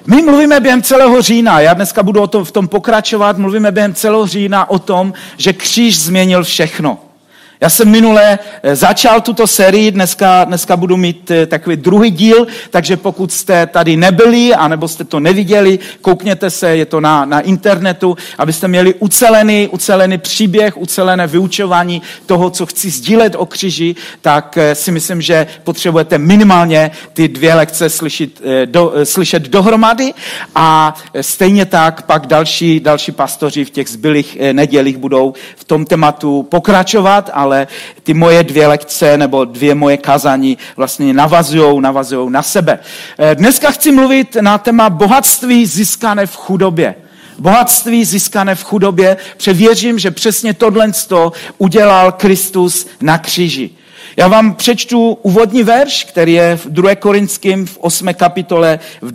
My mluvíme během celého října, já dneska budu v tom pokračovat, mluvíme během celého října o tom, že kříž změnil všechno. Já jsem minule začal tuto sérii, dneska budu mít takový druhý díl, takže pokud jste tady nebyli, anebo jste to neviděli, koukněte se, je to na internetu, abyste měli ucelený příběh, ucelené vyučování toho, co chci sdílet o kříži, tak si myslím, že potřebujete minimálně ty 2 lekce slyšet dohromady a stejně tak pak další pastoři v těch zbylých nedělích budou v tom tématu pokračovat, ale ty moje 2 lekce nebo 2 moje kázání vlastně navazujou na sebe. Dneska chci mluvit na téma bohatství získané v chudobě. Bohatství získané v chudobě, protože věřím, že přesně tohle udělal Kristus na kříži. Já vám přečtu úvodní verš, který je v 2. Korinským v 8. kapitole v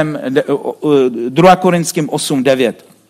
2. Korinským 8:9.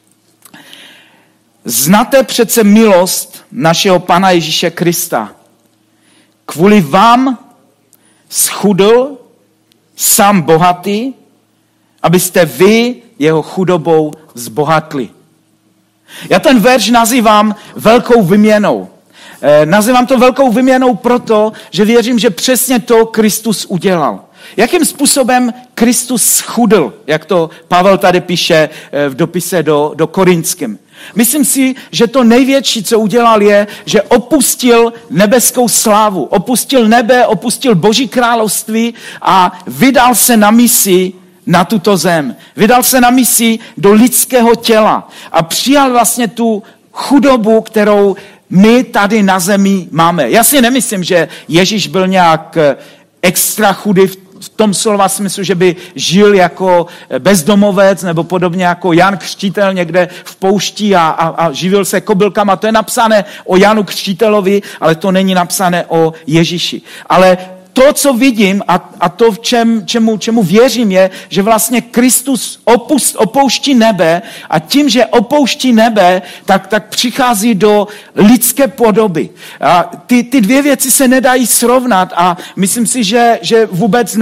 Znáte přece milost našeho Pana Ježíše Krista. Kvůli vám schudl sám bohatý, abyste vy jeho chudobou zbohatli. Já ten verš nazývám velkou vyměnou. Nazývám to velkou vyměnou proto, že věřím, že přesně to Kristus udělal. Jakým způsobem Kristus schudl, jak to Pavel tady píše v dopise do Korinským. Myslím si, že to největší, co udělal, je, že opustil nebeskou slávu, opustil nebe, opustil Boží království a vydal se na misi na tuto zem. Vydal se na misi do lidského těla a přijal vlastně tu chudobu, kterou my tady na zemi máme. Já si nemyslím, že Ježíš byl nějak extra chudý v tom slova smyslu, že by žil jako bezdomovec nebo podobně jako Jan Křtitel někde v poušti a živil se kobylkama. To je napsané o Janu Křtitelovi, ale to není napsané o Ježíši. Ale to, co vidím a to, čemu věřím, je, že vlastně Kristus opouští nebe a tím, že opouští nebe, tak přichází do lidské podoby. A ty 2 věci se nedají srovnat a myslím si, že vůbec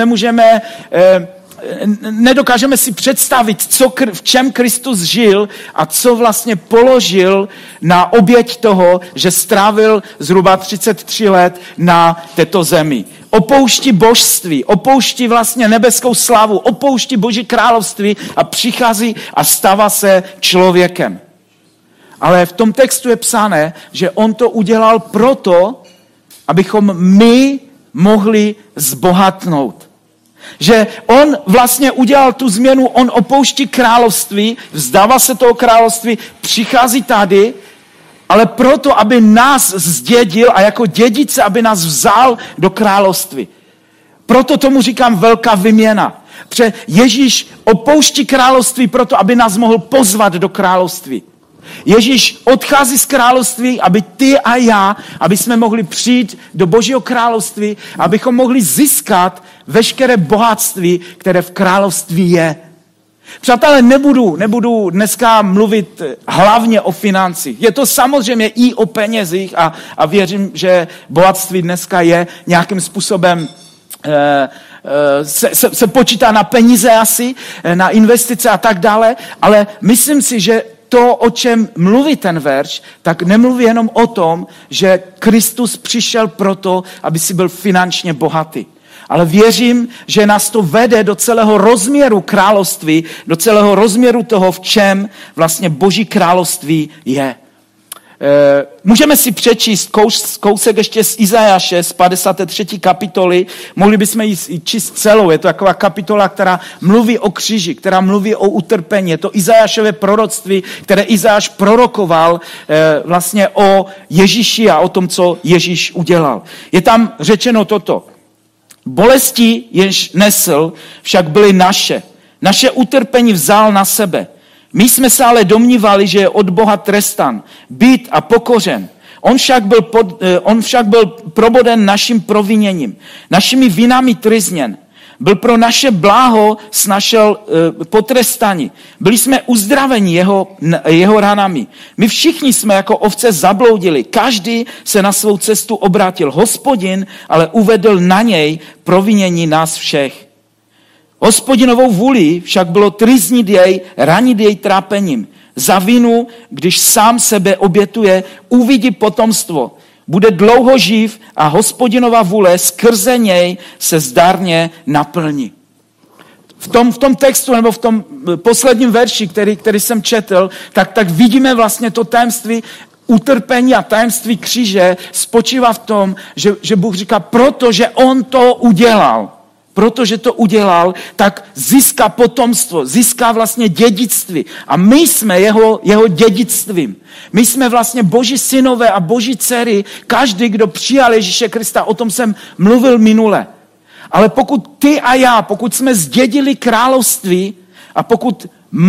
nedokážeme si představit, v čem Kristus žil a co vlastně položil na oběť toho, že strávil zhruba 33 let na této zemi. Opouští božství, opouští vlastně nebeskou slávu, opouští Boží království a přichází a stává se člověkem. Ale v tom textu je psané, že on to udělal proto, abychom my mohli zbohatnout. Že on vlastně udělal tu změnu, on opouští království, vzdává se toho království, přichází tady, ale proto, aby nás zdědil a jako dědice, aby nás vzal do království. Proto tomu říkám velká vyměna. Protože Ježíš opouští království proto, aby nás mohl pozvat do království. Ježíš odchází z království, aby ty a já, aby jsme mohli přijít do Božího království, abychom mohli získat veškeré bohatství, které v království je. Přátelé, nebudu dneska mluvit hlavně o financích. Je to samozřejmě i o penězích a věřím, že bohatství dneska je nějakým způsobem se počítá na peníze asi, na investice a tak dále, ale myslím si, že to, o čem mluví ten verš, tak nemluví jenom o tom, že Kristus přišel proto, aby si byl finančně bohatý. Ale věřím, že nás to vede do celého rozměru království, do celého rozměru toho, v čem vlastně Boží království je. Můžeme si přečíst kousek ještě z Izajáše, z 53. kapitoly. Mohli bychom ji číst celou. Je to taková kapitola, která mluví o kříži, která mluví o utrpení. Je to Izajášové proroctví, které Izajáš prorokoval vlastně o Ježíši a o tom, co Ježíš udělal. Je tam řečeno toto. Bolesti, jenž nesl, však byly naše. Naše utrpení vzal na sebe. My jsme se ale domnívali, že je od Boha trestan, být a pokořen. On však byl proboden naším proviněním, našimi vinami tryzněn. Byl pro naše bláho snašel potrestání. Byli jsme uzdraveni jeho ranami. My všichni jsme jako ovce zabloudili. Každý se na svou cestu obrátil. Hospodin ale uvedl na něj provinění nás všech. Hospodinovou vůli však bylo tryznit jej, ranit jej trápením. Za vinu, když sám sebe obětuje, uvidí potomstvo. Bude dlouho živ a Hospodinova vůle skrze něj se zdarně naplní. V tom textu, nebo v tom posledním verši, který jsem četl, tak vidíme vlastně to tajemství utrpení a tajemství kříže spočívá v tom, že Bůh říká, protože on to udělal, tak získá potomstvo, získá vlastně dědictví. A my jsme jeho dědictvím. My jsme vlastně Boží synové a Boží dcery, každý, kdo přijal Ježíše Krista, o tom jsem mluvil minule. Ale pokud ty a já, pokud jsme zdědili království a pokud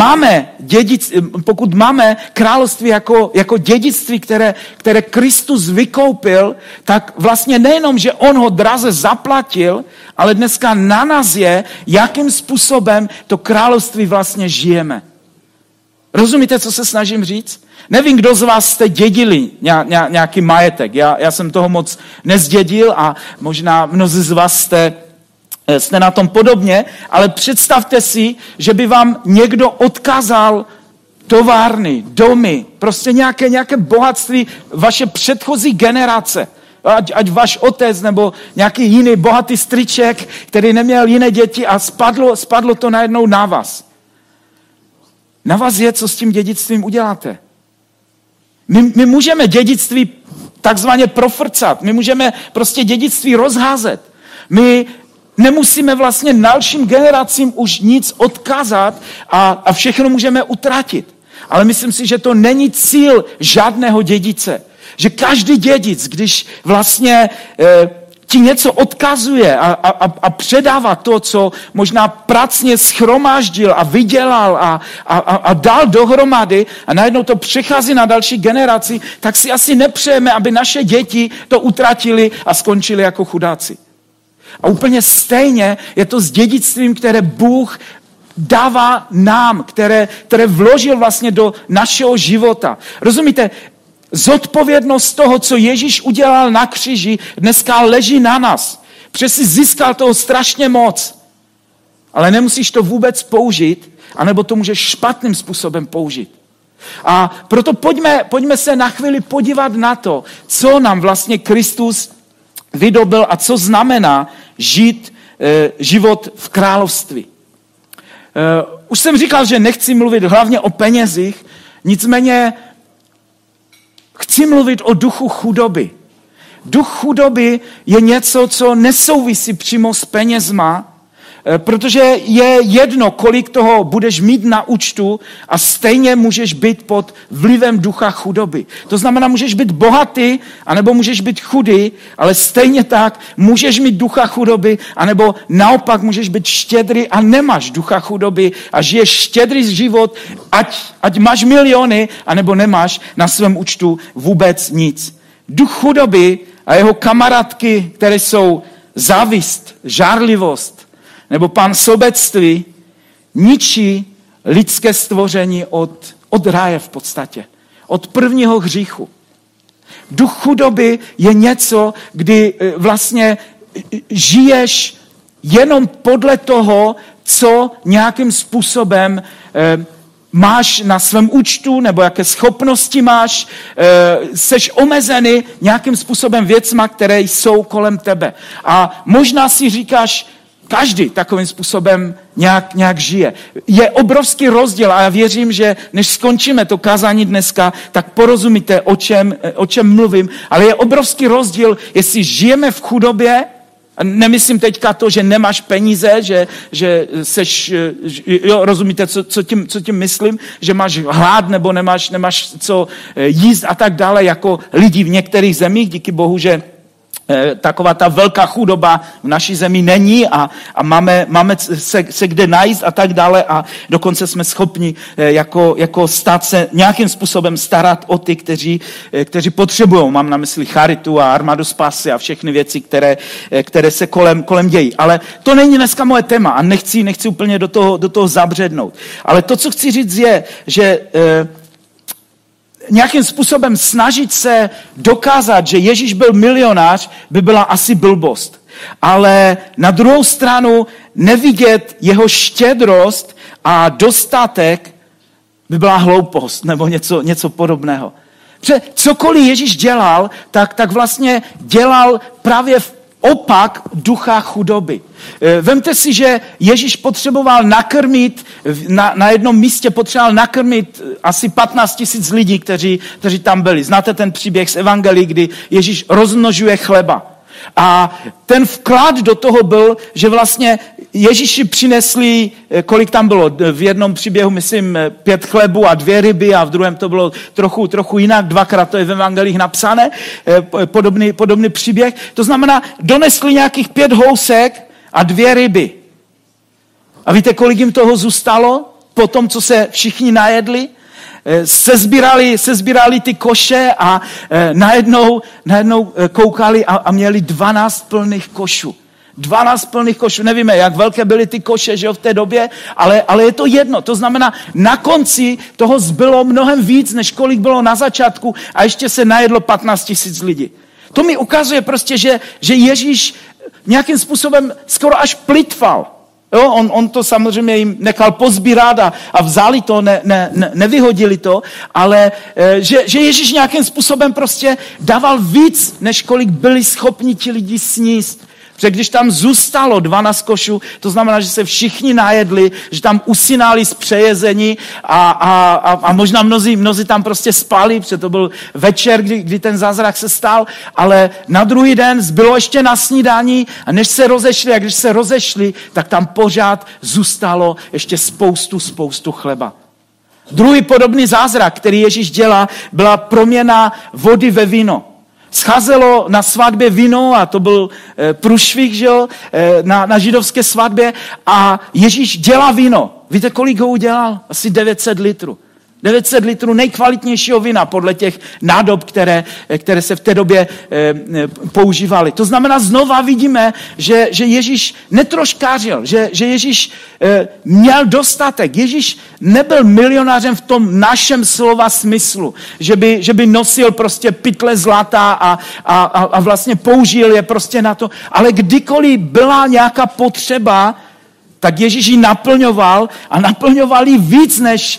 máme království jako dědictví, které Kristus vykoupil, tak vlastně nejenom, že on ho draze zaplatil, ale dneska na nás je, jakým způsobem to království vlastně žijeme. Rozumíte, co se snažím říct? Nevím, kdo z vás jste dědili nějaký majetek. Já jsem toho moc nezdědil a možná mnozí z vás jste na tom podobně, ale představte si, že by vám někdo odkázal továrny, domy, prostě nějaké bohatství vaše předchozí generace. Ať váš otec nebo nějaký jiný bohatý strýček, který neměl jiné děti a spadlo to najednou na vás. Na vás je, co s tím dědictvím uděláte. My můžeme dědictví takzvaně profrcat, my můžeme prostě dědictví rozházet. My nemusíme vlastně dalším generacím už nic odkázat a všechno můžeme utratit. Ale myslím si, že to není cíl žádného dědice. Že každý dědic, když vlastně ti něco odkazuje a předává to, co možná pracně shromáždil a vydělal a dal dohromady a najednou to přechází na další generaci, tak si asi nepřejeme, aby naše děti to utratili a skončili jako chudáci. A úplně stejně je to s dědictvím, které Bůh dává nám, které vložil vlastně do našeho života. Rozumíte? Zodpovědnost toho, co Ježíš udělal na kříži, dneska leží na nás. Přesně získal toho strašně moc. Ale nemusíš to vůbec použít, anebo to můžeš špatným způsobem použít. A proto pojďme se na chvíli podívat na to, co nám vlastně Kristus vydobil a co znamená žít život v království. Už jsem říkal, že nechci mluvit hlavně o penězích, nicméně chci mluvit o duchu chudoby. Duch chudoby je něco, co nesouvisí přímo s penězma, protože je jedno, kolik toho budeš mít na účtu a stejně můžeš být pod vlivem ducha chudoby. To znamená, můžeš být bohatý, anebo můžeš být chudý, ale stejně tak můžeš mít ducha chudoby, anebo naopak můžeš být štědrý a nemáš ducha chudoby a žiješ štědrý život, ať máš miliony, anebo nemáš na svém účtu vůbec nic. Duch chudoby a jeho kamarádky, které jsou závist, žárlivost, nebo pán sobectví, ničí lidské stvoření od ráje v podstatě. Od prvního hříchu. Duch chudoby je něco, kdy vlastně žiješ jenom podle toho, co nějakým způsobem máš na svém účtu, nebo jaké schopnosti máš, seš omezený nějakým způsobem věcma, které jsou kolem tebe. A možná si říkáš, každý takovým způsobem nějak žije. Je obrovský rozdíl a já věřím, že než skončíme to kázání dneska, tak porozumíte, o čem mluvím, ale je obrovský rozdíl, jestli žijeme v chudobě, a nemyslím teďka to, že nemáš peníze, že seš, jo, rozumíte, co tím myslím, že máš hlad nebo nemáš co jíst a tak dále, jako lidi v některých zemích, díky Bohu, že taková ta velká chudoba v naší zemi není a máme se kde najíst a tak dále a dokonce jsme schopni jako stát se nějakým způsobem starat o ty, kteří potřebují. Mám na mysli charitu a armádu spásy a všechny věci, které se kolem dějí. Ale to není dneska moje téma a nechci úplně do toho zabřednout. Ale to, co chci říct, je, že nějakým způsobem snažit se dokázat, že Ježíš byl milionář, by byla asi blbost. Ale na druhou stranu nevidět jeho štědrost a dostatek by byla hloupost nebo něco podobného. Protože cokoliv Ježíš dělal, tak vlastně dělal právě opak ducha chudoby. Vemte si, že Ježíš potřeboval nakrmit, na jednom místě potřeboval nakrmit asi 15 000 lidí, kteří tam byli. Znáte ten příběh z Evangelií, kdy Ježíš rozmnožuje chleba. A ten vklad do toho byl, že vlastně Ježíši přinesli, kolik tam bylo, v jednom příběhu, myslím, 5 chlebů a 2 ryby a v druhém to bylo trochu jinak, 2krát to je v evangelích napsané, podobný příběh. To znamená, donesli nějakých 5 housek a 2 ryby. A víte, kolik jim toho zůstalo po tom, co se všichni najedli? Sezbírali ty koše a najednou koukali a měli 12 plných košů. 12 plných košů. Nevíme, jak velké byly ty koše, že jo, v té době, ale je to jedno. To znamená, na konci toho zbylo mnohem víc, než kolik bylo na začátku a ještě se najedlo 15 000 lidí. To mi ukazuje prostě, že Ježíš nějakým způsobem skoro až plitval. Jo, on to samozřejmě jim nechal pozbírat a vzali to, nevyhodili to, ale že Ježíš nějakým způsobem prostě dával víc, než kolik byli schopni ti lidi sníst. Protože když tam zůstalo 12 košů, to znamená, že se všichni najedli, že tam usínali z přejezení a možná mnozí tam prostě spali, protože to byl večer, kdy ten zázrak se stal, ale na druhý den zbylo ještě na snídani a než se rozešli, a když se rozešli, tak tam pořád zůstalo ještě spoustu chleba. Druhý podobný zázrak, který Ježíš dělá, byla proměna vody ve víno. Scházelo na svatbě víno a to byl průšvih, že jo, na židovské svatbě a Ježíš dělá víno. Víte, kolik ho udělal? Asi 900 litrů. 900 litrů nejkvalitnějšího vína podle těch nádob, které se v té době používaly. To znamená, znova vidíme, že Ježíš netroškářil, že Ježíš měl dostatek. Ježíš nebyl milionářem v tom našem slova smyslu, že by nosil prostě pytle zlata a vlastně použil je prostě na to. Ale kdykoliv byla nějaká potřeba, tak Ježíš ji naplňoval a naplňoval ji víc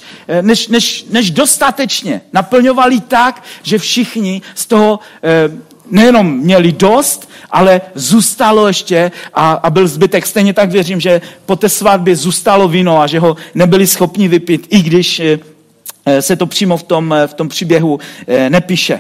než dostatečně. Naplňoval ji tak, že všichni z toho nejenom měli dost, ale zůstalo ještě a byl zbytek. Stejně tak věřím, že po té svatbě zůstalo víno a že ho nebyli schopni vypít, i když se to přímo v tom příběhu nepíše.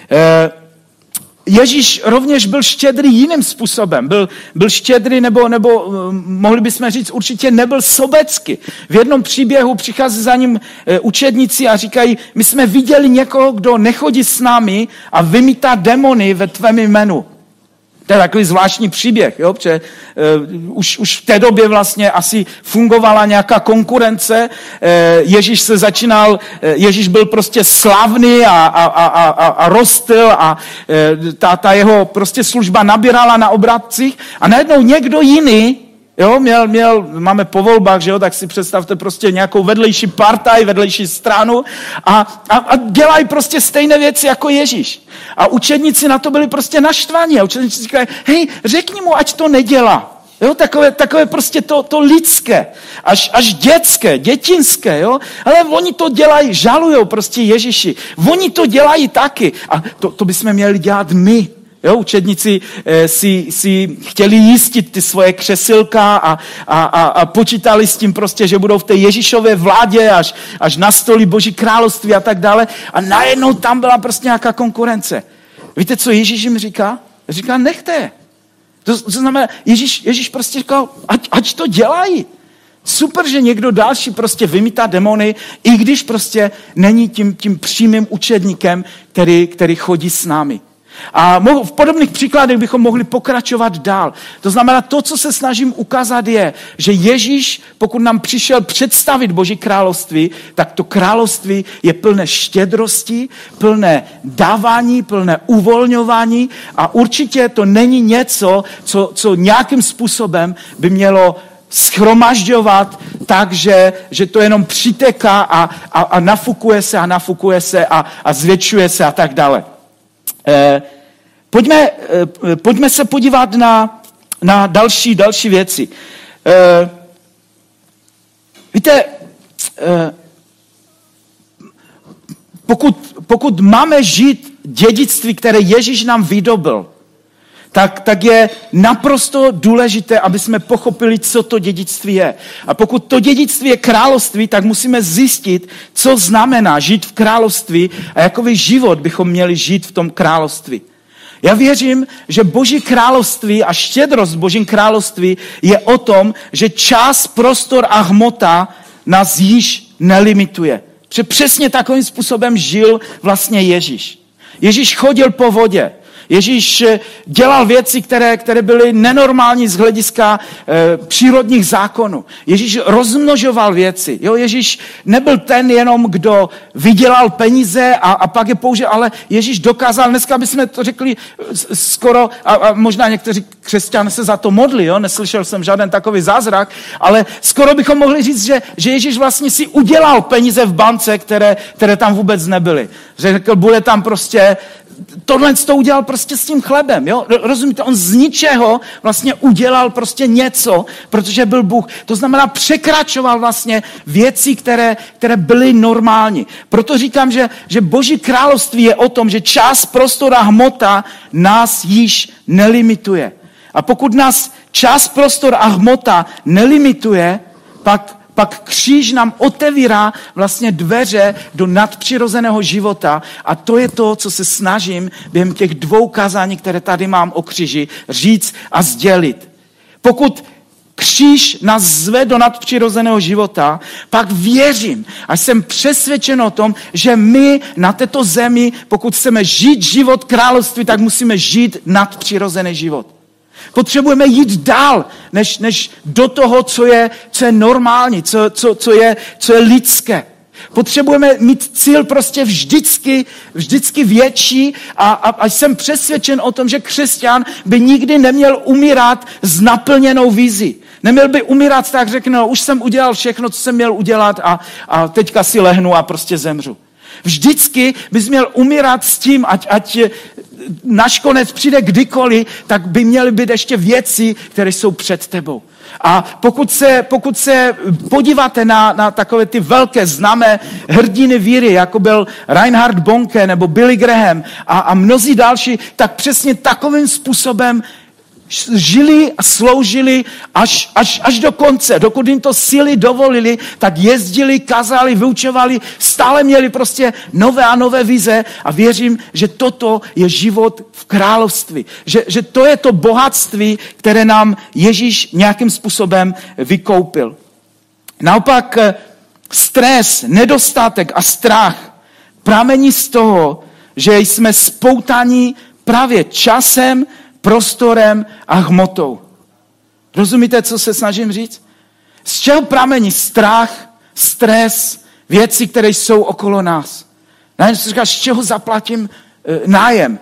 Ježíš rovněž byl štědrý jiným způsobem. Byl štědrý nebo mohli bychom říct, určitě nebyl sobecký. V jednom příběhu přichází za ním učedníci a říkají, my jsme viděli někoho, kdo nechodí s námi a vymítá démony ve tvém jménu. To je takový zvláštní příběh, jo? Protože už v té době vlastně asi fungovala nějaká konkurence. Ježíš byl prostě slavný a rostl a ta jeho prostě služba nabírala na obratcích a najednou někdo jiný, jo, máme po volbách, že jo, tak si představte prostě nějakou vedlejší partaj, vedlejší stranu a dělají prostě stejné věci jako Ježíš. A učedníci na to byli prostě naštvaní a učedníci říkají, hej, řekni mu, ať to nedělá. Jo, takové prostě to lidské, až dětské, dětinské, jo. Ale oni to dělají, žalujou prostě Ježíši. Oni to dělají taky a to bychom měli dělat my. Jo, učedníci si chtěli jistit ty svoje křesilka a počítali s tím prostě, že budou v té Ježíšové vládě, až nastolí Boží království a tak dále. A najednou tam byla prostě nějaká konkurence. Víte, co Ježíš jim říká? Říká, nechte. To znamená, Ježíš prostě říkal, ať to dělají. Super, že někdo další prostě vymítá demony, i když prostě není tím přímým učedníkem, který chodí s námi. A v podobných příkladech bychom mohli pokračovat dál. To znamená, to, co se snažím ukázat je, že Ježíš, pokud nám přišel představit Boží království, tak to království je plné štědrosti, plné dávání, plné uvolňování a určitě to není něco, co nějakým způsobem by mělo schromažďovat tak, že to jenom přitéká a nafukuje se a zvětšuje se a tak dále. Pojďme se podívat na další věci. Víte, pokud máme žít dědictví, které Ježíš nám vydobyl, tak je naprosto důležité, aby jsme pochopili, co to dědictví je. A pokud to dědictví je království, tak musíme zjistit, co znamená žít v království a jakový život bychom měli žít v tom království. Já věřím, že Boží království a štědrost v Božím království je o tom, že čas, prostor a hmota nás již nelimituje. Že přesně takovým způsobem žil vlastně Ježíš. Ježíš chodil po vodě. Ježíš dělal věci, které byly nenormální z hlediska přírodních zákonů. Ježíš rozmnožoval věci. Jo? Ježíš nebyl ten jenom, kdo vydělal peníze a pak je použil, ale Ježíš dokázal, dneska bychom to řekli skoro, a možná někteří křesťané se za to modlí, jo? Neslyšel jsem žádný takový zázrak, ale skoro bychom mohli říct, že Ježíš vlastně si udělal peníze v bance, které tam vůbec nebyly. Řekl, bude tam prostě tohle to udělal prostě s tím chlebem, jo? Rozumíte? On z ničeho vlastně udělal prostě něco, protože byl Bůh. To znamená, překračoval vlastně věci, které byly normální. Proto říkám, že Boží království je o tom, že čas, prostor a hmota nás již nelimituje. A pokud nás čas, prostor a hmota nelimituje, pak kříž nám otevírá vlastně dveře do nadpřirozeného života a to je to, co se snažím během těch 2 kázání, které tady mám o kříži, říct a sdělit. Pokud kříž nás zve do nadpřirozeného života, pak věřím a jsem přesvědčen o tom, že my na této zemi, pokud chceme žít život království, tak musíme žít nadpřirozený život. Potřebujeme jít dál, než do toho, co je normální, co je lidské. Potřebujeme mít cíl prostě vždycky větší a jsem přesvědčen o tom, že křesťan by nikdy neměl umírat s naplněnou vizí. Neměl by umírat tak, řekne, no, už jsem udělal všechno, co jsem měl udělat a teďka si lehnu a prostě zemřu. Vždycky bys měl umírat s tím, ať nakonec přijde kdykoliv, tak by měly být ještě věci, které jsou před tebou. A pokud se podíváte na takové ty velké známé hrdiny víry, jako byl Reinhard Bonke nebo Billy Graham a mnozí další, tak přesně takovým způsobem žili a sloužili až do konce. Dokud jim to síly dovolili, tak jezdili, kazali, vyučovali, stále měli prostě nové a nové vize a věřím, že toto je život v království. Že to je to bohatství, které nám Ježíš nějakým způsobem vykoupil. Naopak stres, nedostatek a strach pramení z toho, že jsme spoutáni právě časem, prostorem a hmotou. Rozumíte, co se snažím říct? Z čeho pramení strach, stres, věci, které jsou okolo nás? Z čeho zaplatím nájem?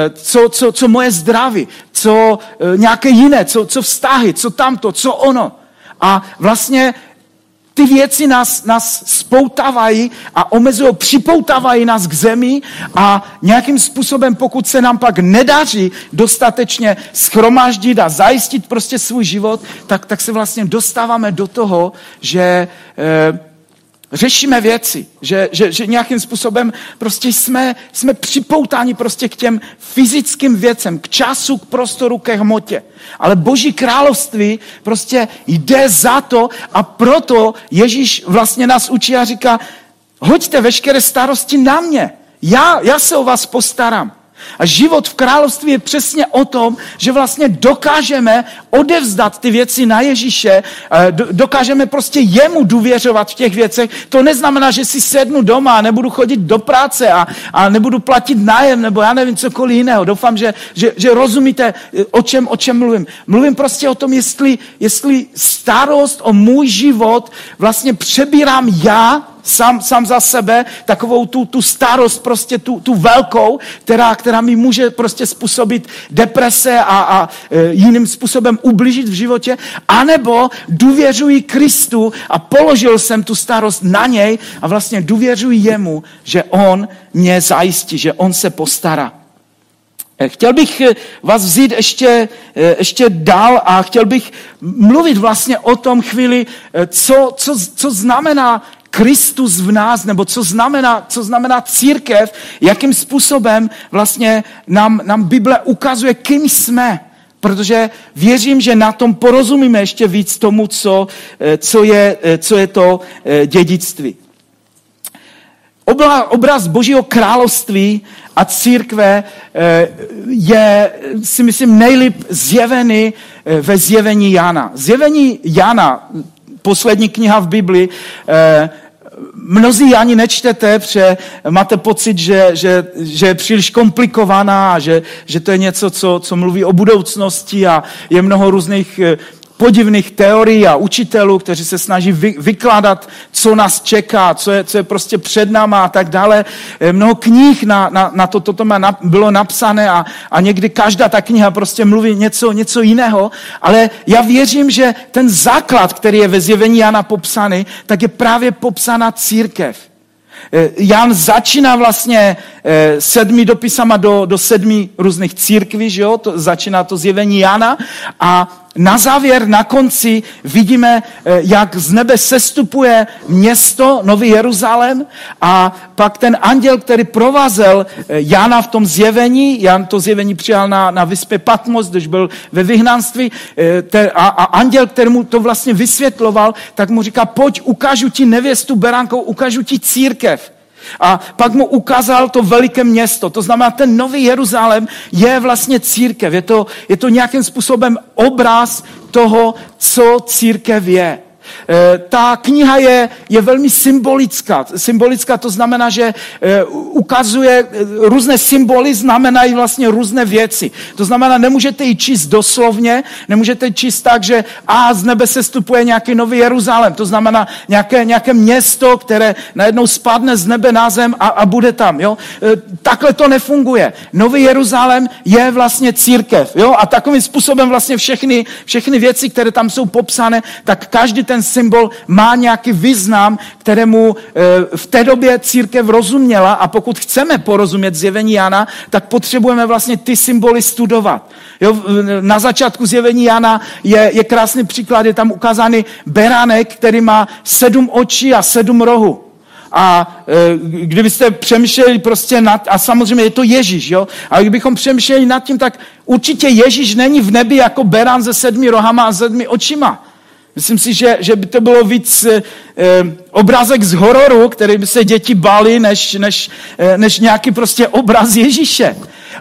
Co moje zdraví? Co nějaké jiné? Co vztahy? Co tamto? Co ono? A vlastně ty věci nás spoutávají a omezují, připoutávají nás k zemi a nějakým způsobem, pokud se nám pak nedaří dostatečně shromáždit a zajistit prostě svůj život, tak se vlastně dostáváme do toho, že řešíme věci, že nějakým způsobem prostě jsme připoutáni prostě k těm fyzickým věcem, k času, k prostoru, ke hmotě. Ale Boží království prostě jde za to a proto Ježíš vlastně nás učí a říká, hoďte veškeré starosti na mě. Já se o vás postarám. A život v království je přesně o tom, že vlastně dokážeme odevzdat ty věci na Ježíše, dokážeme prostě jemu důvěřovat v těch věcech. To neznamená, že si sednu doma a nebudu chodit do práce a nebudu platit nájem nebo já nevím cokoliv jiného. Doufám, že rozumíte, o čem mluvím. Mluvím prostě o tom, jestli starost o můj život vlastně přebírám já, sám za sebe, takovou tu starost, prostě tu velkou, která mi může prostě způsobit deprese a jiným způsobem ublížit v životě, anebo důvěřuji Kristu a položil jsem tu starost na něj a vlastně důvěřuji jemu, že on mě zajistí, že on se postará. Chtěl bych vás vzít ještě dál a chtěl bych mluvit vlastně o tom chvíli, co znamená Kristus v nás, nebo co znamená církev, jakým způsobem vlastně nám Bible ukazuje, kým jsme. Protože věřím, že na tom porozumíme ještě víc tomu, co je to dědictví. Obraz Božího království a církve je, si myslím, nejlíp zjevený ve zjevení Jana. Zjevení Jana, poslední kniha v Bibli, mnozí ani nečtete, protože máte pocit, že je příliš komplikovaná, že to je něco, co mluví o budoucnosti a je mnoho různých podivných teorií a učitelů, kteří se snaží vykládat, co nás čeká, co je prostě před náma a tak dále. Mnoho knih na toto bylo napsané a někdy každá ta kniha prostě mluví něco jiného, ale já věřím, že ten základ, který je ve zjevení Jana popsaný, tak je právě popsaná církev. Jan začíná vlastně 7 dopisama do 7 různých církví, že jo? Začíná to zjevení Jana a na závěr, na konci vidíme, jak z nebe sestupuje město, Nový Jeruzalém a pak ten anděl, který provázel Jana v tom zjevení, Jan to zjevení přijal na vyspě Patmos, když byl ve vyhnanství a anděl, který mu to vlastně vysvětloval, tak mu říká, pojď, ukážu ti nevěstu beránkou, ukážu ti církev. A pak mu ukázal to veliké město. To znamená, ten Nový Jeruzalém je vlastně církev. Je to nějakým způsobem obraz toho, co církev je. Ta kniha je velmi symbolická. Symbolická to znamená, že ukazuje různé symboly, znamenají vlastně různé věci. To znamená, nemůžete ji číst doslovně, nemůžete ji číst tak, že z nebe sestupuje nějaký Nový Jeruzalém. To znamená nějaké město, které najednou spadne z nebe na zem a bude tam. Jo? Takhle to nefunguje. Nový Jeruzalém je vlastně církev. Jo? A takovým způsobem vlastně všechny věci, které tam jsou popsané, tak každý ten symbol má nějaký význam, kterému v té době církev rozuměla a pokud chceme porozumět zjevení Jana, tak potřebujeme vlastně ty symboly studovat. Jo, na začátku zjevení Jana je krásný příklad, je tam ukázaný beránek, který má 7 očí a 7 rohů. A kdybyste přemýšleli prostě a samozřejmě je to Ježíš, jo? Ale kdybychom přemýšleli nad tím, tak určitě Ježíš není v nebi jako berán se 7 rohama a 7 očima. Myslím si, že by to bylo víc obrázek z hororu, který by se děti bály, než nějaký prostě obraz Ježíše.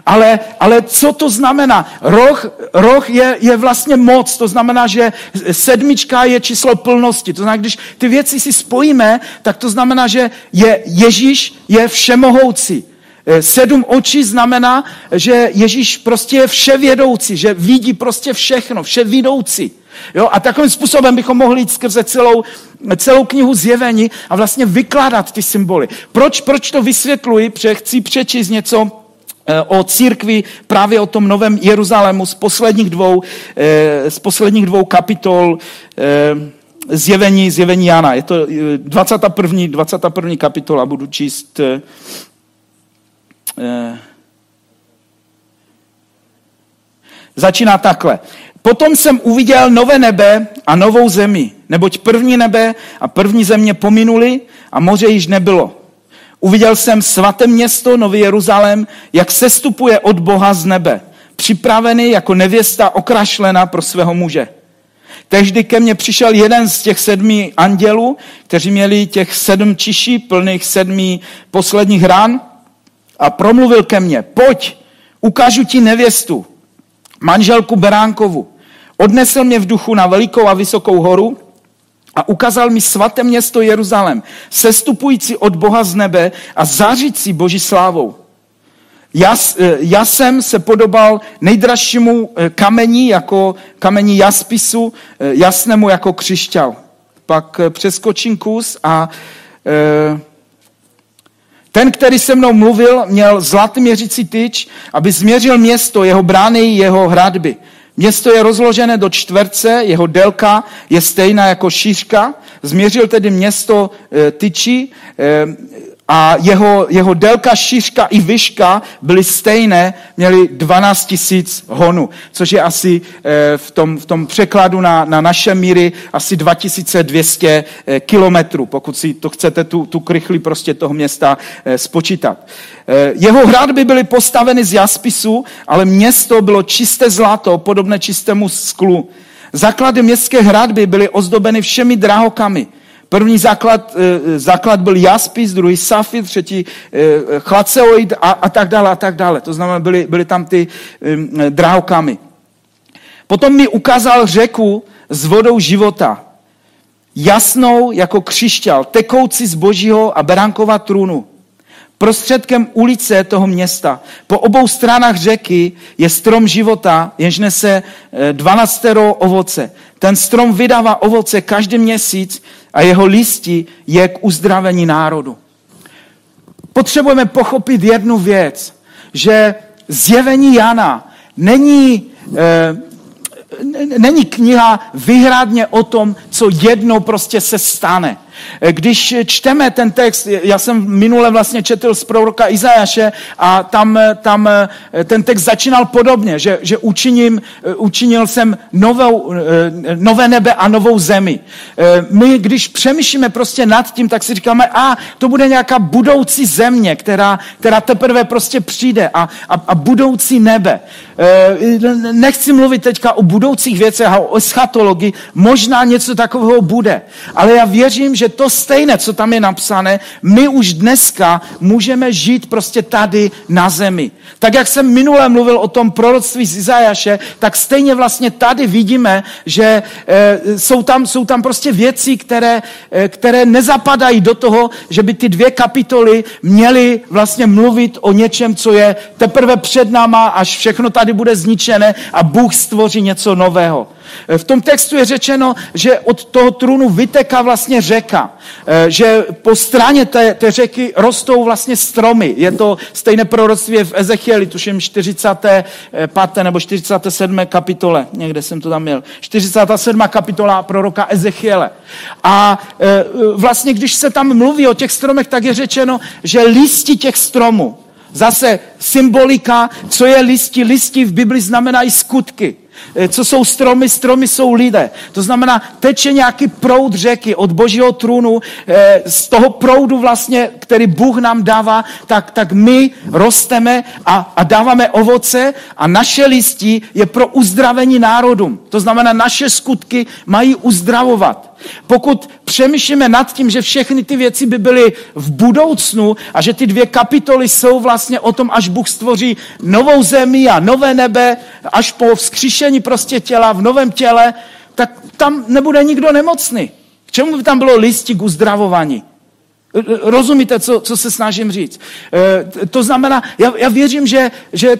Ale co to znamená? Roh je vlastně moc, to znamená, že 7 je číslo plnosti. To znamená, když ty věci si spojíme, tak to znamená, že Ježíš je všemohoucí. 7 očí znamená, že Ježíš prostě je vševědoucí, že vidí prostě všechno, vševidoucí. Jo? A takovým způsobem bychom mohli jít skrze celou knihu Zjevení a vlastně vykládat ty symboly. Proč to vysvětluji? Protože chci přečíst něco o církvi, právě o tom Novém Jeruzalému z posledních dvou kapitol Zjevení Jana. Je to 21. kapitola, budu číst začíná takhle. Potom jsem uviděl nové nebe a novou zemi, neboť první nebe a první země pominuli a moře již nebylo. Uviděl jsem svaté město, Nový Jeruzalém, jak sestupuje od Boha z nebe, připravený jako nevěsta okrašlená pro svého muže. Tehdy ke mně přišel jeden z těch 7 andělů, kteří měli těch 7 čiší plných 7 posledních rán a promluvil ke mně, pojď, ukážu ti nevěstu, manželku beránkovu. Odnesl mě v duchu na velikou a vysokou horu a ukázal mi svaté město Jeruzalém, sestupující od Boha z nebe a zářící Boží slávou. Jasem se podobal nejdražšímu kameni, jako kameni jaspisu, jasnému jako křišťál. Pak přeskočím kus a ten, který se mnou mluvil, měl zlatý měřící tyč, aby změřil město, jeho brány, jeho hradby. Město je rozložené do čtverce, jeho délka je stejná jako šířka. Změřil tedy město tyči a jeho délka, šířka i výška byly stejné, měly 12 000 honů, což je asi v tom překladu na naše míry asi 2200 kilometrů, pokud si to chcete tu krychli prostě toho města spočítat. Jeho hradby byly postaveny z jaspisu, ale město bylo čisté zlato, podobné čistému sklu. Základy městské hradby byly ozdobeny všemi drahokamy. První základ byl jaspis, druhý safir, třetí chalceoid a tak dále a tak dále. To znamená, byly tam ty drahokamy. Potom mi ukázal řeku s vodou života, jasnou jako křišťál, tekoucí z Božího a beránkova trůnu. Prostředkem ulice toho města. Po obou stranách řeky je strom života, jenž nese 12 ovoce. Ten strom vydává ovoce každý měsíc a jeho listí je k uzdravení národu. Potřebujeme pochopit jednu věc, že zjevení Jana není kniha výhradně o tom, co jednou prostě se stane. Když čteme ten text, já jsem minule vlastně četl z proroka Izajaše a tam ten text začínal podobně, že učinil jsem nové nebe a novou zemi. My, když přemýšlíme prostě nad tím, tak si říkáme, to bude nějaká budoucí země, která teprve prostě přijde a budoucí nebe. Nechci mluvit teďka o budoucích věcech a o eschatologii, možná něco takového bude, ale já věřím, že to stejné, co tam je napsané, my už dneska můžeme žít prostě tady na zemi. Tak jak jsem minule mluvil o tom proroctví z Izajaše, tak stejně vlastně tady vidíme, že jsou tam prostě věci, které nezapadají do toho, že by ty 2 kapitoly měly vlastně mluvit o něčem, co je teprve před náma, až všechno tady bude zničené a Bůh stvoří něco nového. V tom textu je řečeno, že od toho trůnu vyteká vlastně řeka, že po straně té řeky rostou vlastně stromy. Je to stejné proroctví v Ezechieli, tuším 45. nebo 47. kapitole, někde jsem to tam měl. 47. kapitola proroka Ezechiele. A vlastně, když se tam mluví o těch stromech, tak je řečeno, že listi těch stromů, zase symbolika, co je listi. Listi v Bibli znamenají skutky. Co jsou stromy? Stromy jsou lidé. To znamená, teče nějaký proud řeky od Božího trůnu, z toho proudu vlastně, který Bůh nám dává, tak my rosteme a dáváme ovoce a naše listí je pro uzdravení národům. To znamená, naše skutky mají uzdravovat. Pokud přemýšlíme nad tím, že všechny ty věci by byly v budoucnu a že ty 2 kapitoly jsou vlastně o tom, až Bůh stvoří novou zemi a nové nebe, až po vzkříšení prostě těla v novém těle, tak tam nebude nikdo nemocný. K čemu by tam bylo listí k uzdravování? Rozumíte, co se snažím říct? To znamená, já věřím, že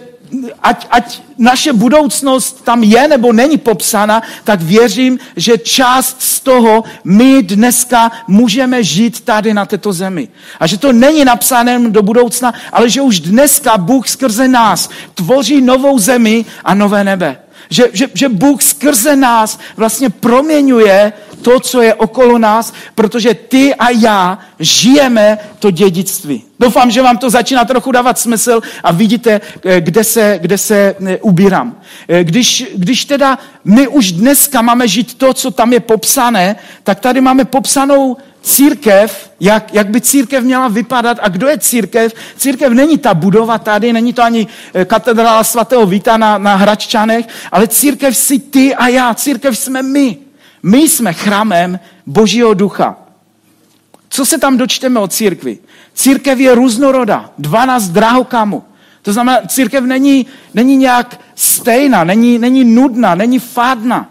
ať naše budoucnost tam je nebo není popsána, tak věřím, že část z toho my dneska můžeme žít tady na této zemi. A že to není napsané do budoucna, ale že už dneska Bůh skrze nás tvoří novou zemi a nové nebe. Že Bůh skrze nás vlastně proměňuje to, co je okolo nás, protože ty a já žijeme to dědictví. Doufám, že vám to začíná trochu dávat smysl a vidíte, kde se ubírám. Když teda my už dneska máme žít to, co tam je popsané, tak tady máme popsanou církev, jak by církev měla vypadat a kdo je církev? Církev není ta budova tady, není to ani katedrála svatého Víta na Hradčanech, ale církev si ty a já, církev jsme my. My jsme chrámem Božího ducha. Co se tam dočteme o církvi? Církev je různorodá, 12 drahokamů. To znamená, církev není nějak stejná, není nudná, není fádná.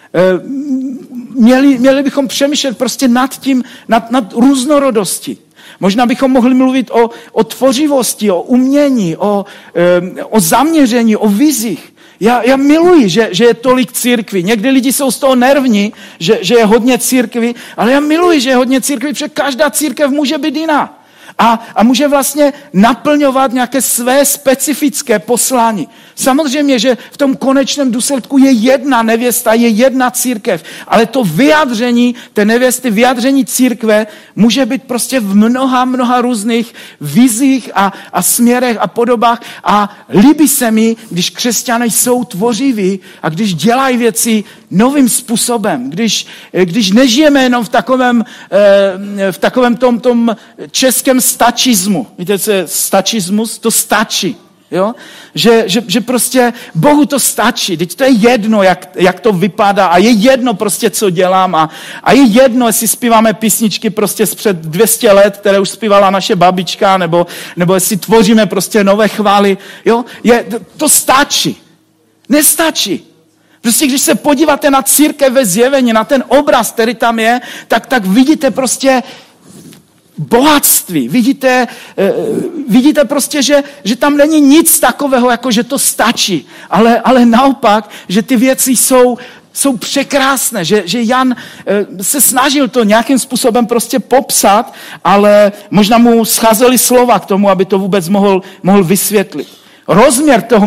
Měli bychom přemýšlet prostě nad tím, nad různorodostí. Možná bychom mohli mluvit o tvořivosti, o umění, o zaměření, o vizích. Já miluji, že je tolik církví. Někdy lidi jsou z toho nervní, že je hodně církví, ale já miluji, že je hodně církví, protože každá církev může být jiná. a může vlastně naplňovat nějaké své specifické poslání. Samozřejmě, že v tom konečném důsledku je jedna nevěsta, je jedna církev, ale to vyjádření té nevěsty, vyjádření církve může být prostě v mnoha různých vizích a směrech a podobách a líbí se mi, když křesťané jsou tvořiví a když dělají věci novým způsobem, když nežijeme jenom v takovém tom českém stačismu. Víte, co je stačismus? To stačí. Jo? Že prostě Bohu to stačí. Teď to je jedno, jak to vypadá a je jedno prostě, co dělám a je jedno, jestli zpíváme písničky prostě před 200 let, které už zpívala naše babička, nebo jestli tvoříme prostě nové chvály. Jo? To stačí. Nestačí. Prostě když se podíváte na církev ve Zjevení, na ten obraz, který tam je, tak vidíte prostě bohatství. Vidíte prostě, že tam není nic takového, jako že to stačí. Ale naopak, že ty věci jsou překrásné, že Jan se snažil to nějakým způsobem prostě popsat, ale možná mu scházely slova k tomu, aby to vůbec mohl vysvětlit. Rozměr toho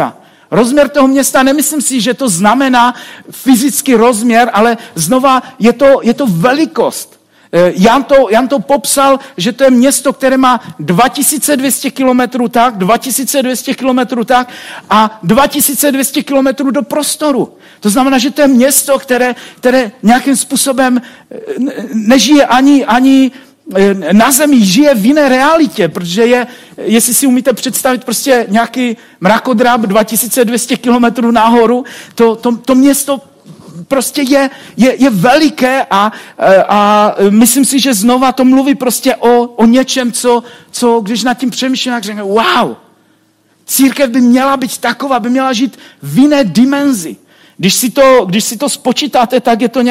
města, nemyslím si, že to znamená fyzický rozměr, ale znova je to velikost. Jan to popsal, že to je město, které má 2200 kilometrů tak, 2200 kilometrů tak a 2200 kilometrů do prostoru. To znamená, že to je město, které nějakým způsobem nežije ani na zemi, žije v jiné realitě, protože jestli si umíte představit prostě nějaký mrakodrap 2200 kilometrů nahoru, to město prostě je veliké a myslím si, že znova to mluví prostě o něčem, co když nad tím přemýšlím, tak řekne, wow, církev by měla být taková, by měla žít v jiné dimenzi. Když si to spočítáte, tak je to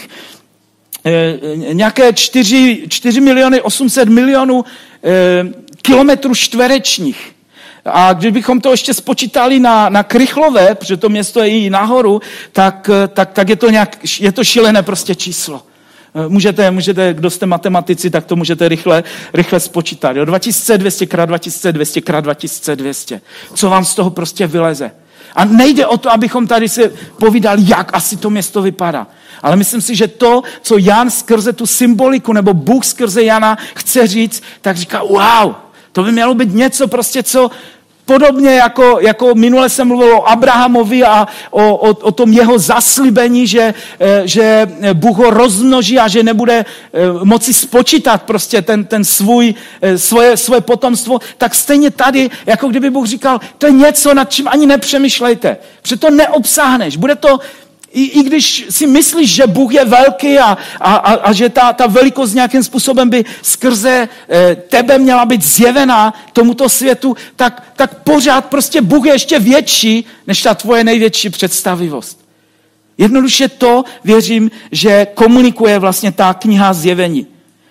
nějaké 4 miliony 800 milionů kilometrů čtverečních. A kdybychom to ještě spočítali na Krychlové, protože to město je i nahoru, tak je to šílené prostě číslo. Můžete, kdo jste matematici, tak to můžete rychle spočítat. 2200 krát 2200 krát 2200. Co vám z toho prostě vyleze? A nejde o to, abychom tady si povídali, jak asi to město vypadá. Ale myslím si, že to, co Jan skrze tu symboliku, nebo Bůh skrze Jana chce říct, tak říká, wow, to by mělo být něco prostě, co podobně jako minule jsem mluvil o Abrahamovi a o tom jeho zaslíbení, že Bůh ho rozmnoží a že nebude moci spočítat prostě ten svoje potomstvo, tak stejně tady, jako kdyby Bůh říkal, to je něco, nad čím ani nepřemýšlejte. Protože to neobsáhneš. Bude to I když si myslíš, že Bůh je velký a že ta velikost nějakým způsobem by skrze tebe měla být zjevená tomuto světu, tak pořád prostě Bůh je ještě větší, než ta tvoje největší představivost. Jednoduše to, věřím, že komunikuje vlastně ta kniha Zjevení.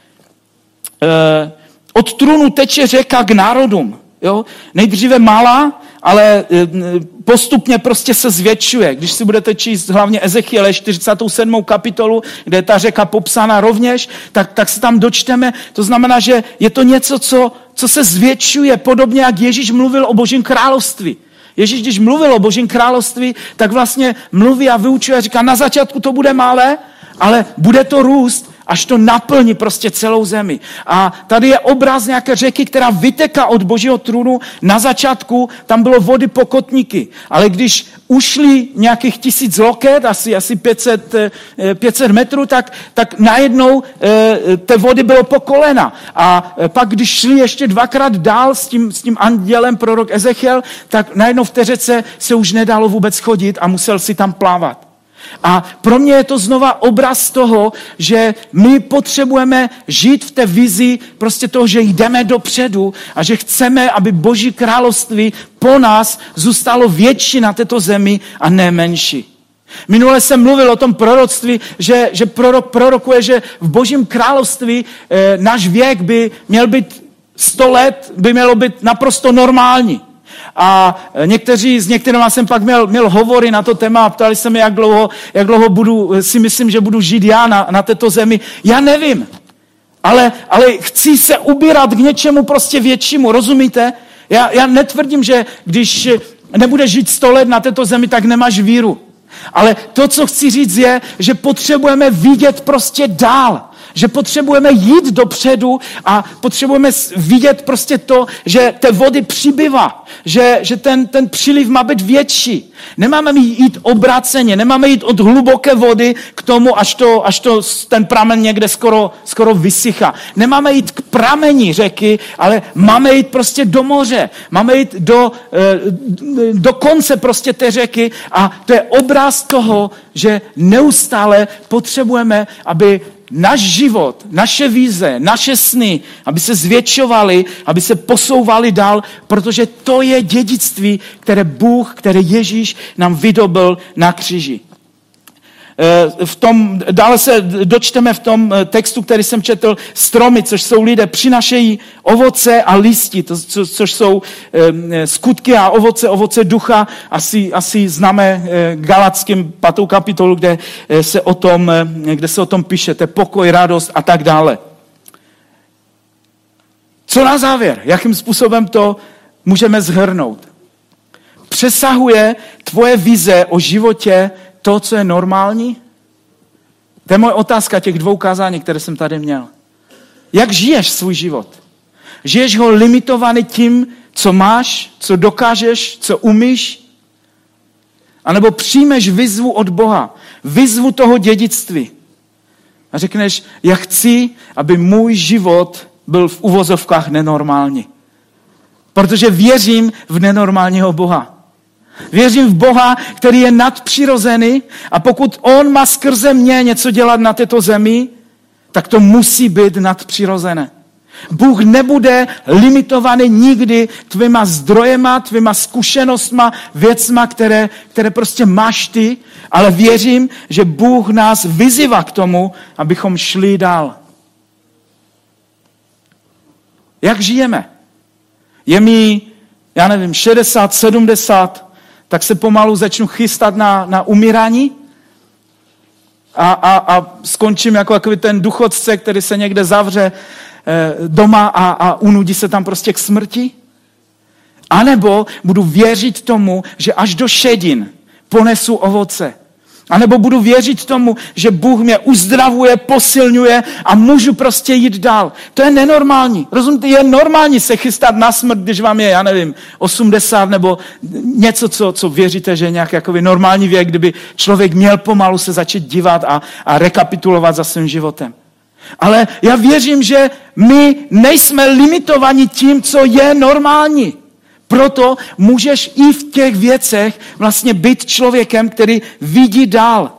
Od trůnu teče řeka k národům. Jo? Nejdříve malá, ale postupně prostě se zvětšuje. Když si budete číst hlavně Ezechiele 47. kapitolu, kde je ta řeka popsána rovněž, tak se tam dočteme. To znamená, že je to něco, co se zvětšuje, podobně jak Ježíš mluvil o Božím království. Ježíš, když mluvil o Božím království, tak vlastně mluví a vyučuje a říká, na začátku to bude malé, ale bude to růst, až to naplní prostě celou zemi. A tady je obraz nějaké řeky, která vyteká od Božího trůnu. Na začátku tam bylo vody pokotníky, ale když ušli nějakých 1000 loket, asi 500 metrů, tak najednou té vody bylo po kolena. A pak, když šli ještě 2krát dál s tím andělem prorok Ezechiel, tak najednou v té řece se už nedalo vůbec chodit a musel si tam plavat. A pro mě je to znova obraz toho, že my potřebujeme žít v té vizi prostě toho, že jdeme dopředu a že chceme, aby Boží království po nás zůstalo větší na této zemi a ne menší. Minule jsem mluvil o tom proroctví, že prorok prorokuje, že v Božím království náš věk by měl být 100 let, by mělo být naprosto normální. A s některými jsem pak měl hovory na to téma a ptali se mi, jak dlouho si myslím, že budu žít já na této zemi. Já nevím. ale chci se ubírat k něčemu prostě většímu, rozumíte? Já netvrdím, že když nebudeš žít 100 let na této zemi, tak nemáš víru. Ale to, co chci říct, je, že potřebujeme vidět prostě dál. Že potřebujeme jít dopředu a potřebujeme vidět prostě to, že té vody přibývá. Že ten příliv má být větší. Nemáme jít obráceně, nemáme jít od hluboké vody k tomu, až to ten pramen někde skoro vysychá. Nemáme jít k prameni řeky, ale máme jít prostě do moře. Máme jít do konce prostě té řeky a to je obraz toho, že neustále potřebujeme, aby náš život, naše vize, naše sny, aby se zvětšovaly, aby se posouvaly dál, protože to je dědictví, které Ježíš nám vydobyl na kříži. Dále se dočteme v tom textu, který jsem četl, stromy, což jsou lidé, přinašejí ovoce a listí, což jsou skutky a ovoce ducha. Asi známe Galackým 5. kapitolu, kde se o tom píše, to je pokoj, radost a tak dále. Co na závěr? Jakým způsobem to můžeme shrnout? Přesahuje tvoje vize o životě to, co je normální? To je moje otázka těch 2 kázání, které jsem tady měl. Jak žiješ svůj život? Žiješ ho limitovaný tím, co máš, co dokážeš, co umíš? A nebo přijmeš výzvu od Boha, výzvu toho dědictví. A řekneš, já chci, aby můj život byl v uvozovkách nenormální. Protože věřím v nenormálního Boha. Věřím v Boha, který je nadpřirozený a pokud on má skrze mě něco dělat na této zemi, tak to musí být nadpřirozené. Bůh nebude limitovaný nikdy tvýma zdrojema, tvýma zkušenostma, věcma, které prostě máš ty, ale věřím, že Bůh nás vyzývá k tomu, abychom šli dál. Jak žijeme? Je mi, 60, 70, tak se pomalu začnu chystat na umírání a skončím jako takový ten důchodce, který se někde zavře doma a unudí se tam prostě k smrti. A nebo budu věřit tomu, že až do šedin ponesu ovoce. A nebo budu věřit tomu, že Bůh mě uzdravuje, posilňuje a můžu prostě jít dál. To je nenormální. Rozumíte, je normální se chystat na smrt, když vám je, 80 nebo něco, co věříte, že je nějaký jakoby normální věk, kdyby člověk měl pomalu se začít dívat a rekapitulovat za svým životem. Ale já věřím, že my nejsme limitovaní tím, co je normální. Proto můžeš i v těch věcech vlastně být člověkem, který vidí dál.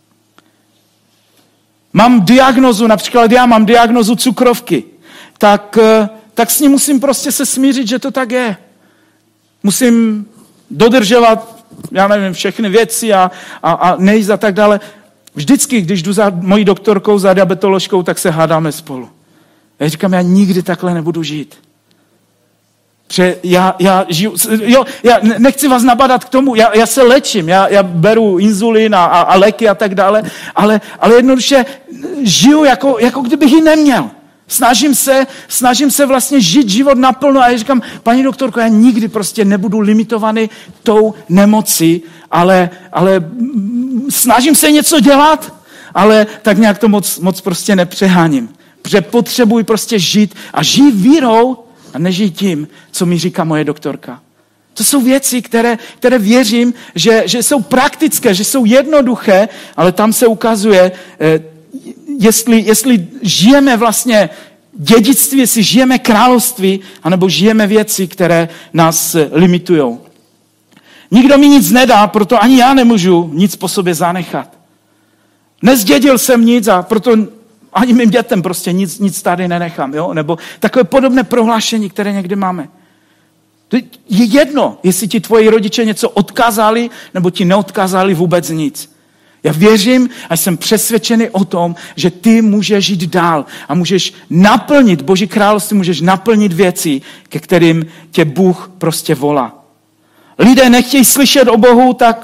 Mám diagnozu, například já mám diagnozu cukrovky, tak s ní musím prostě se smířit, že to tak je. Musím dodržovat, všechny věci a nejíst a tak dále. Vždycky, když jdu za mojí doktorkou, za diabetoložkou, tak se hádáme spolu. Já říkám, já nikdy takhle nebudu žít. Že já žiju, já nechci vás napadat k tomu, já se léčím, já beru inzulin a léky a tak dále, ale jednoduše žiju jako kdybych ji neměl. Snažím se vlastně žít život naplno a já říkám, paní doktorko, já nikdy prostě nebudu limitovaný tou nemocí, ale snažím se něco dělat, ale tak nějak to moc prostě nepřeháním. Protože potřebuji prostě žít a žít vírou a nežij tím, co mi říká moje doktorka. To jsou věci, které věřím, že jsou praktické, že jsou jednoduché, ale tam se ukazuje, jestli žijeme vlastně dědictví, jestli žijeme království, anebo žijeme věci, které nás limitujou. Nikdo mi nic nedá, proto ani já nemůžu nic po sobě zanechat. Nezdědil jsem nic a proto ani mým dětem prostě nic tady nenechám. Jo? Nebo takové podobné prohlášení, které někdy máme. To je jedno, jestli ti tvoji rodiče něco odkázali, nebo ti neodkázali vůbec nic. Já věřím a jsem přesvědčený o tom, že ty můžeš jít dál a můžeš naplnit Boží království, můžeš naplnit věci, ke kterým tě Bůh prostě volá. Lidé nechtějí slyšet o Bohu, tak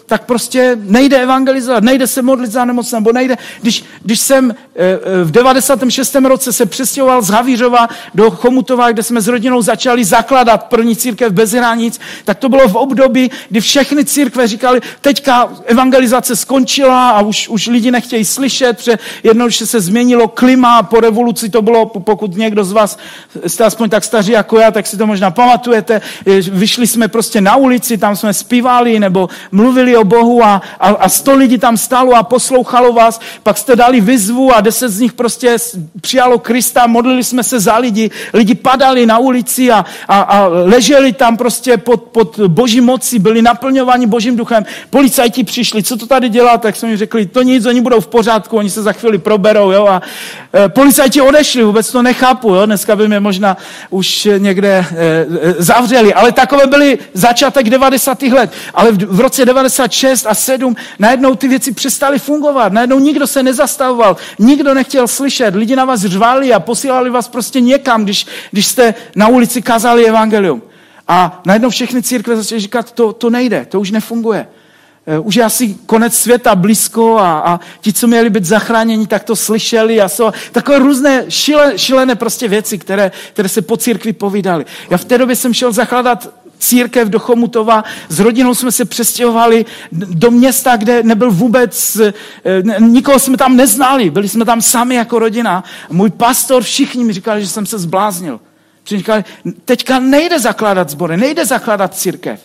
tak prostě nejde evangelizovat, nejde se modlit za nemocné, nebo nejde. Když jsem v 96. roce se přestěhoval z Havířova do Chomutova, kde jsme s rodinou začali zakládat první církev bez hranic, tak to bylo v období, kdy všechny církve říkali, teďka evangelizace skončila a už lidi nechtějí slyšet, protože jednoduše se změnilo klima, po revoluci to bylo, pokud někdo z vás jste aspoň tak staří jako já, tak si to možná pamatujete, vyšli jsme prostě na ulici, tam jsme zpívali nebo mluvili o Bohu a 100 lidí tam stálo a poslouchalo vás, pak jste dali výzvu a 10 z nich prostě přijalo Krista, modlili jsme se za lidi padali na ulici a leželi tam prostě pod Boží mocí, byli naplňováni Božím duchem, policajti přišli, co to tady dělá, tak jsme jim řekli, to nic, oni budou v pořádku, oni se za chvíli proberou, jo, a policajti odešli, vůbec to nechápu, jo, dneska by mě možná už někde zavřeli, ale takové byly začátek 90. let, ale v roce 96 a 7 najednou ty věci přestaly fungovat, najednou nikdo se nezastavoval, nikdo nechtěl slyšet, lidi na vás řvali a posílali vás prostě někam, když jste na ulici kázali evangelium. A najednou všechny církve začaly říkat, to nejde, to už nefunguje. Už je asi konec světa blízko a ti, co měli být zachráněni, tak to slyšeli a takové různé šílené prostě věci, které se po církvi povídaly. Já v té době jsem šel zakládat církev do Chomutova, s rodinou jsme se přestěhovali do města, kde nebyl vůbec, nikoho jsme tam neznali, byli jsme tam sami jako rodina. Můj pastor, všichni mi říkali, že jsem se zbláznil. Říkali, teďka nejde zakládat sbory, nejde zakládat církev.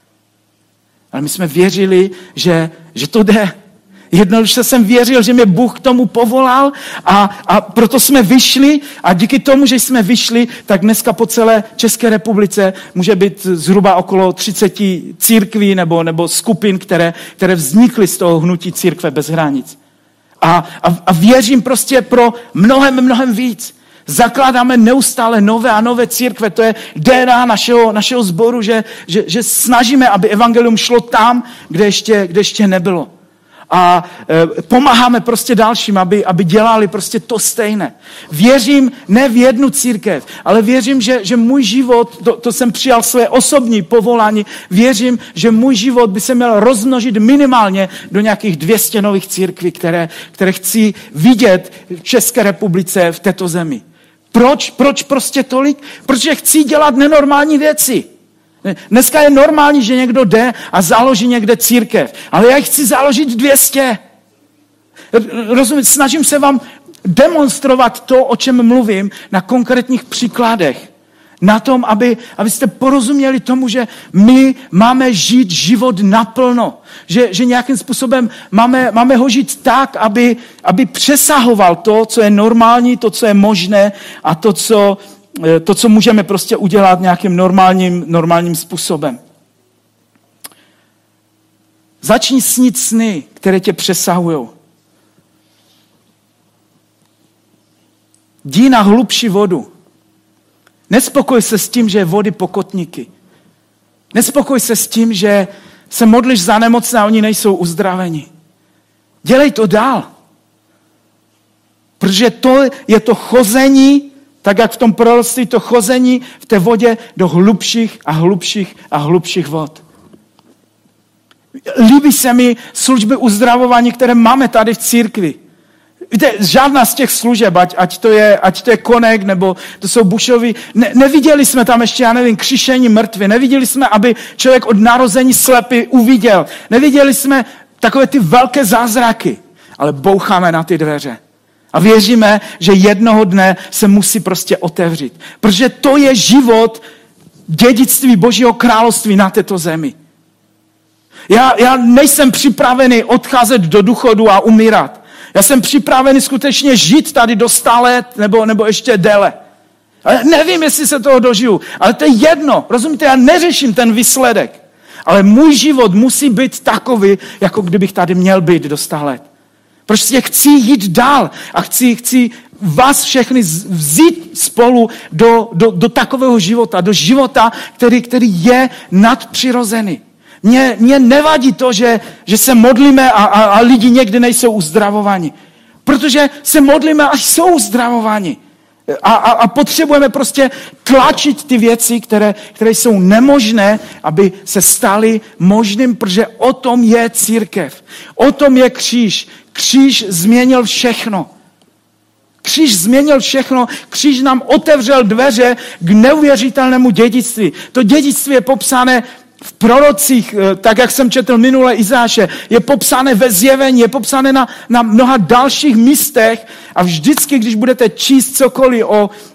Ale my jsme věřili, že to jde. Jednoduše jsem věřil, že mě Bůh k tomu povolal a proto jsme vyšli a díky tomu, že jsme vyšli, tak dneska po celé České republice může být zhruba okolo 30 církví nebo skupin, které vznikly z toho hnutí Církve bez hranic. A věřím prostě pro mnohem víc. Zakládáme neustále nové a nové církve, to je DNA našeho sboru, že snažíme, aby evangelium šlo tam, kde ještě nebylo. A pomáháme prostě dalším, aby dělali prostě to stejné. Věřím ne v jednu církev, ale věřím, že můj život, to jsem přijal své osobní povolání, věřím, že můj život by se měl rozmnožit minimálně do nějakých 200 nových církví, které chci vidět v České republice, v této zemi. Proč prostě tolik? Protože chci dělat nenormální věci. Dneska je normální, že někdo jde a založí někde církev. Ale já chci založit 200. Rozumíte, snažím se vám demonstrovat to, o čem mluvím, na konkrétních příkladech. Na tom, abyste porozuměli tomu, že my máme žít život naplno. Že nějakým způsobem máme ho žít tak, aby přesahoval to, co je normální, to, co je možné a to, co můžeme prostě udělat nějakým normálním způsobem. Začni snít sny, které tě přesahují. Jdi na hlubší vodu. Nespokoj se s tím, že je vody pokotníky. Nespokoj se s tím, že se modlíš za nemocné a oni nejsou uzdraveni. Dělej to dál. Protože to je to chození, tak jak v tom proroctví, to chození v té vodě do hlubších a hlubších a hlubších vod. Líbí se mi služby uzdravování, které máme tady v církvi. Víte, žádná z těch služeb, ať to je Connect, nebo to jsou Bushovi, neviděli jsme tam ještě, křišení mrtvy, neviděli jsme, aby člověk od narození slepý uviděl, neviděli jsme takové ty velké zázraky, ale boucháme na ty dveře. A věříme, že jednoho dne se musí prostě otevřít. Protože to je život dědictví Božího království na této zemi. Já nejsem připravený odcházet do důchodu a umírat. Já jsem připravený skutečně žít tady do 100 let nebo ještě déle. Ale nevím, jestli se toho dožiju. Ale to je jedno. Rozumíte, já neřeším ten výsledek. Ale můj život musí být takový, jako kdybych tady měl být do 100 let. Prostě chci jít dál a chci vás všechny vzít spolu do takového života, do života, který je nadpřirozený. Mně nevadí to, že se modlíme a lidi někdy nejsou uzdravováni. Protože se modlíme a jsou uzdravováni. A potřebujeme prostě tlačit ty věci, které jsou nemožné, aby se staly možným, protože o tom je církev. O tom je kříž. Kříž změnil všechno. Kříž změnil všechno, kříž nám otevřel dveře k neuvěřitelnému dědictví. To dědictví je popsané v prorocích, tak jak jsem četl minule Izáše, je popsané ve Zjevení, je popsané na mnoha dalších místech a vždycky, když budete číst cokoliv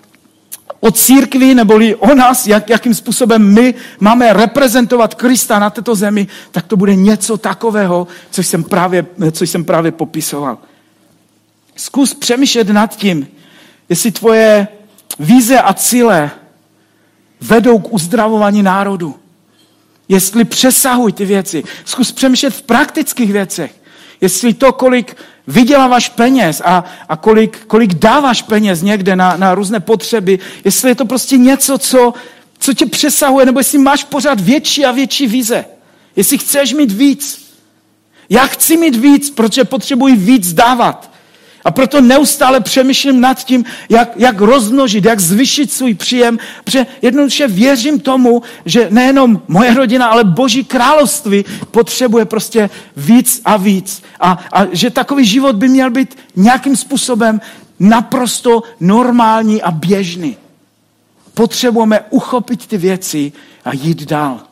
o církvi neboli o nás, jakým způsobem my máme reprezentovat Krista na této zemi, tak to bude něco takového, což jsem právě popisoval. Zkus přemýšlet nad tím, jestli tvoje vize a cíle vedou k uzdravování národu. Jestli přesahují ty věci. Zkus přemýšlet v praktických věcech. Jestli to, kolik vyděláváš peněz a kolik dáváš peněz někde na různé potřeby, jestli je to prostě něco, co tě přesahuje, nebo jestli máš pořád větší a větší vize. Jestli chceš mít víc. Já chci mít víc, protože potřebuji víc dávat. A proto neustále přemýšlím nad tím, jak rozmnožit, jak zvyšit svůj příjem, protože jednoduše věřím tomu, že nejenom moje rodina, ale Boží království potřebuje prostě víc a víc. A že takový život by měl být nějakým způsobem naprosto normální a běžný. Potřebujeme uchopit ty věci a jít dál.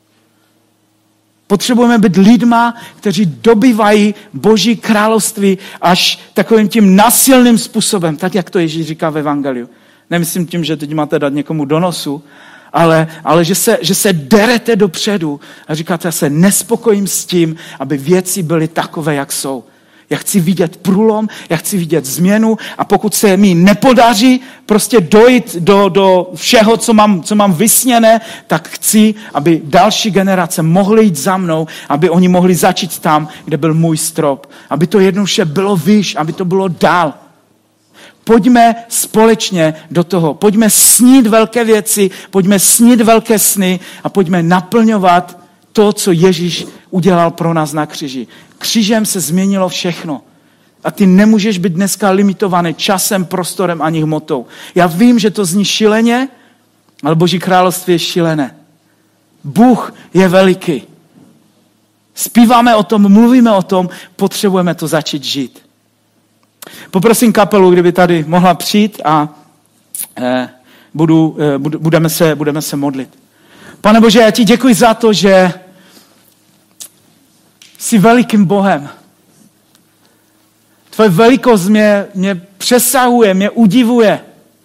Potřebujeme být lidma, kteří dobývají Boží království až takovým tím násilným způsobem, tak jak to Ježíš říká v evangeliu. Nemyslím tím, že teď máte dát někomu do nosu, ale že se derete dopředu a říkáte, já se nespokojím s tím, aby věci byly takové, jak jsou. Já chci vidět průlom, já chci vidět změnu a pokud se mi nepodaří prostě dojít do všeho, co mám vysněné, tak chci, aby další generace mohly jít za mnou, aby oni mohli začít tam, kde byl můj strop. Aby to jednoduše bylo výš, aby to bylo dál. Pojďme společně do toho. Pojďme snít velké věci, pojďme snít velké sny a pojďme naplňovat to, co Ježíš udělal pro nás na kříži. Křížem se změnilo všechno. A ty nemůžeš být dneska limitovaný časem, prostorem ani hmotou. Já vím, že to zní šíleně, ale Boží království je šílené. Bůh je veliký. Zpíváme o tom, mluvíme o tom, potřebujeme to začít žít. Poprosím kapelu, kdyby tady mohla přijít a budeme se modlit. Pane Bože, já ti děkuji za to, že jsi velikým Bohem. Tvoje velikost mě přesahuje, mě udivuje.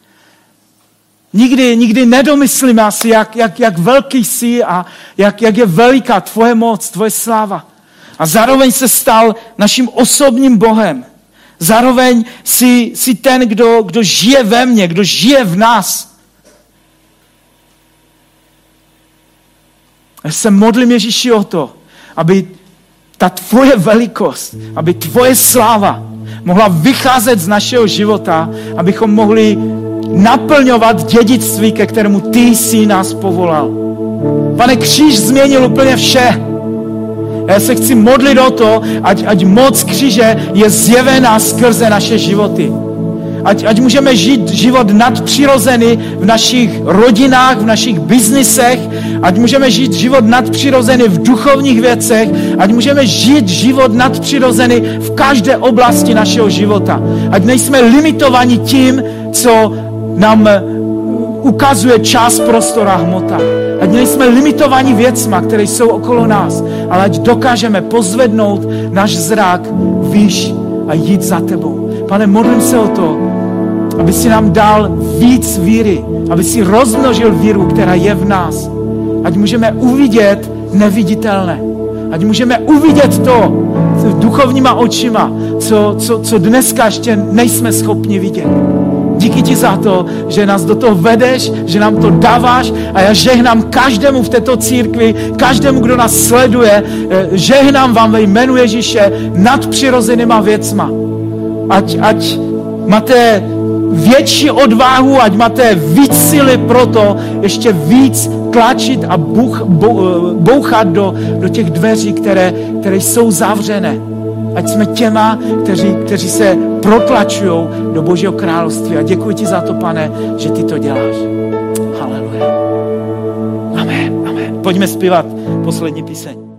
Nikdy nedomyslím asi, jak velký jsi a jak je veliká tvoje moc, tvoje sláva. A zároveň se stal naším osobním Bohem. Zároveň jsi ten, kdo žije ve mně, kdo žije v nás. Já se modlím, Ježíši, o to, aby ta tvoje velikost, aby tvoje sláva mohla vycházet z našeho života, abychom mohli naplňovat dědictví, ke kterému ty jsi nás povolal. Pane, kříž změnil úplně vše. Já se chci modlit o to, ať moc kříže je zjevená skrze naše životy. Ať můžeme žít život nadpřirozený v našich rodinách, v našich biznisech, ať můžeme žít život nadpřirozený v duchovních věcech, ať můžeme žít život nadpřirozený v každé oblasti našeho života. Ať nejsme limitovaní tím, co nám ukazuje čas, prostor a hmota. Ať nejsme limitovaní věcma, které jsou okolo nás, ale ať dokážeme pozvednout náš zrak výš a jít za tebou. Pane, modlím se o to, aby si nám dal víc víry, aby si rozmnožil víru, která je v nás. Ať můžeme uvidět neviditelné. Ať můžeme uvidět to duchovníma očima, co dneska ještě nejsme schopni vidět. Díky ti za to, že nás do toho vedeš, že nám to dáváš a já žehnám každému v této církvi, každému, kdo nás sleduje, žehnám vám ve jménu Ježíše nadpřirozenýma věcma. Ať máte větší odvahu, ať máte víc síly pro to, ještě víc tlačit a bouchat do těch dveří, které jsou zavřené. Ať jsme těma, kteří se protlačují do Božího království. A děkuji ti za to, Pane, že ty to děláš. Haleluja. Amen, amen. Pojďme zpívat poslední píseň.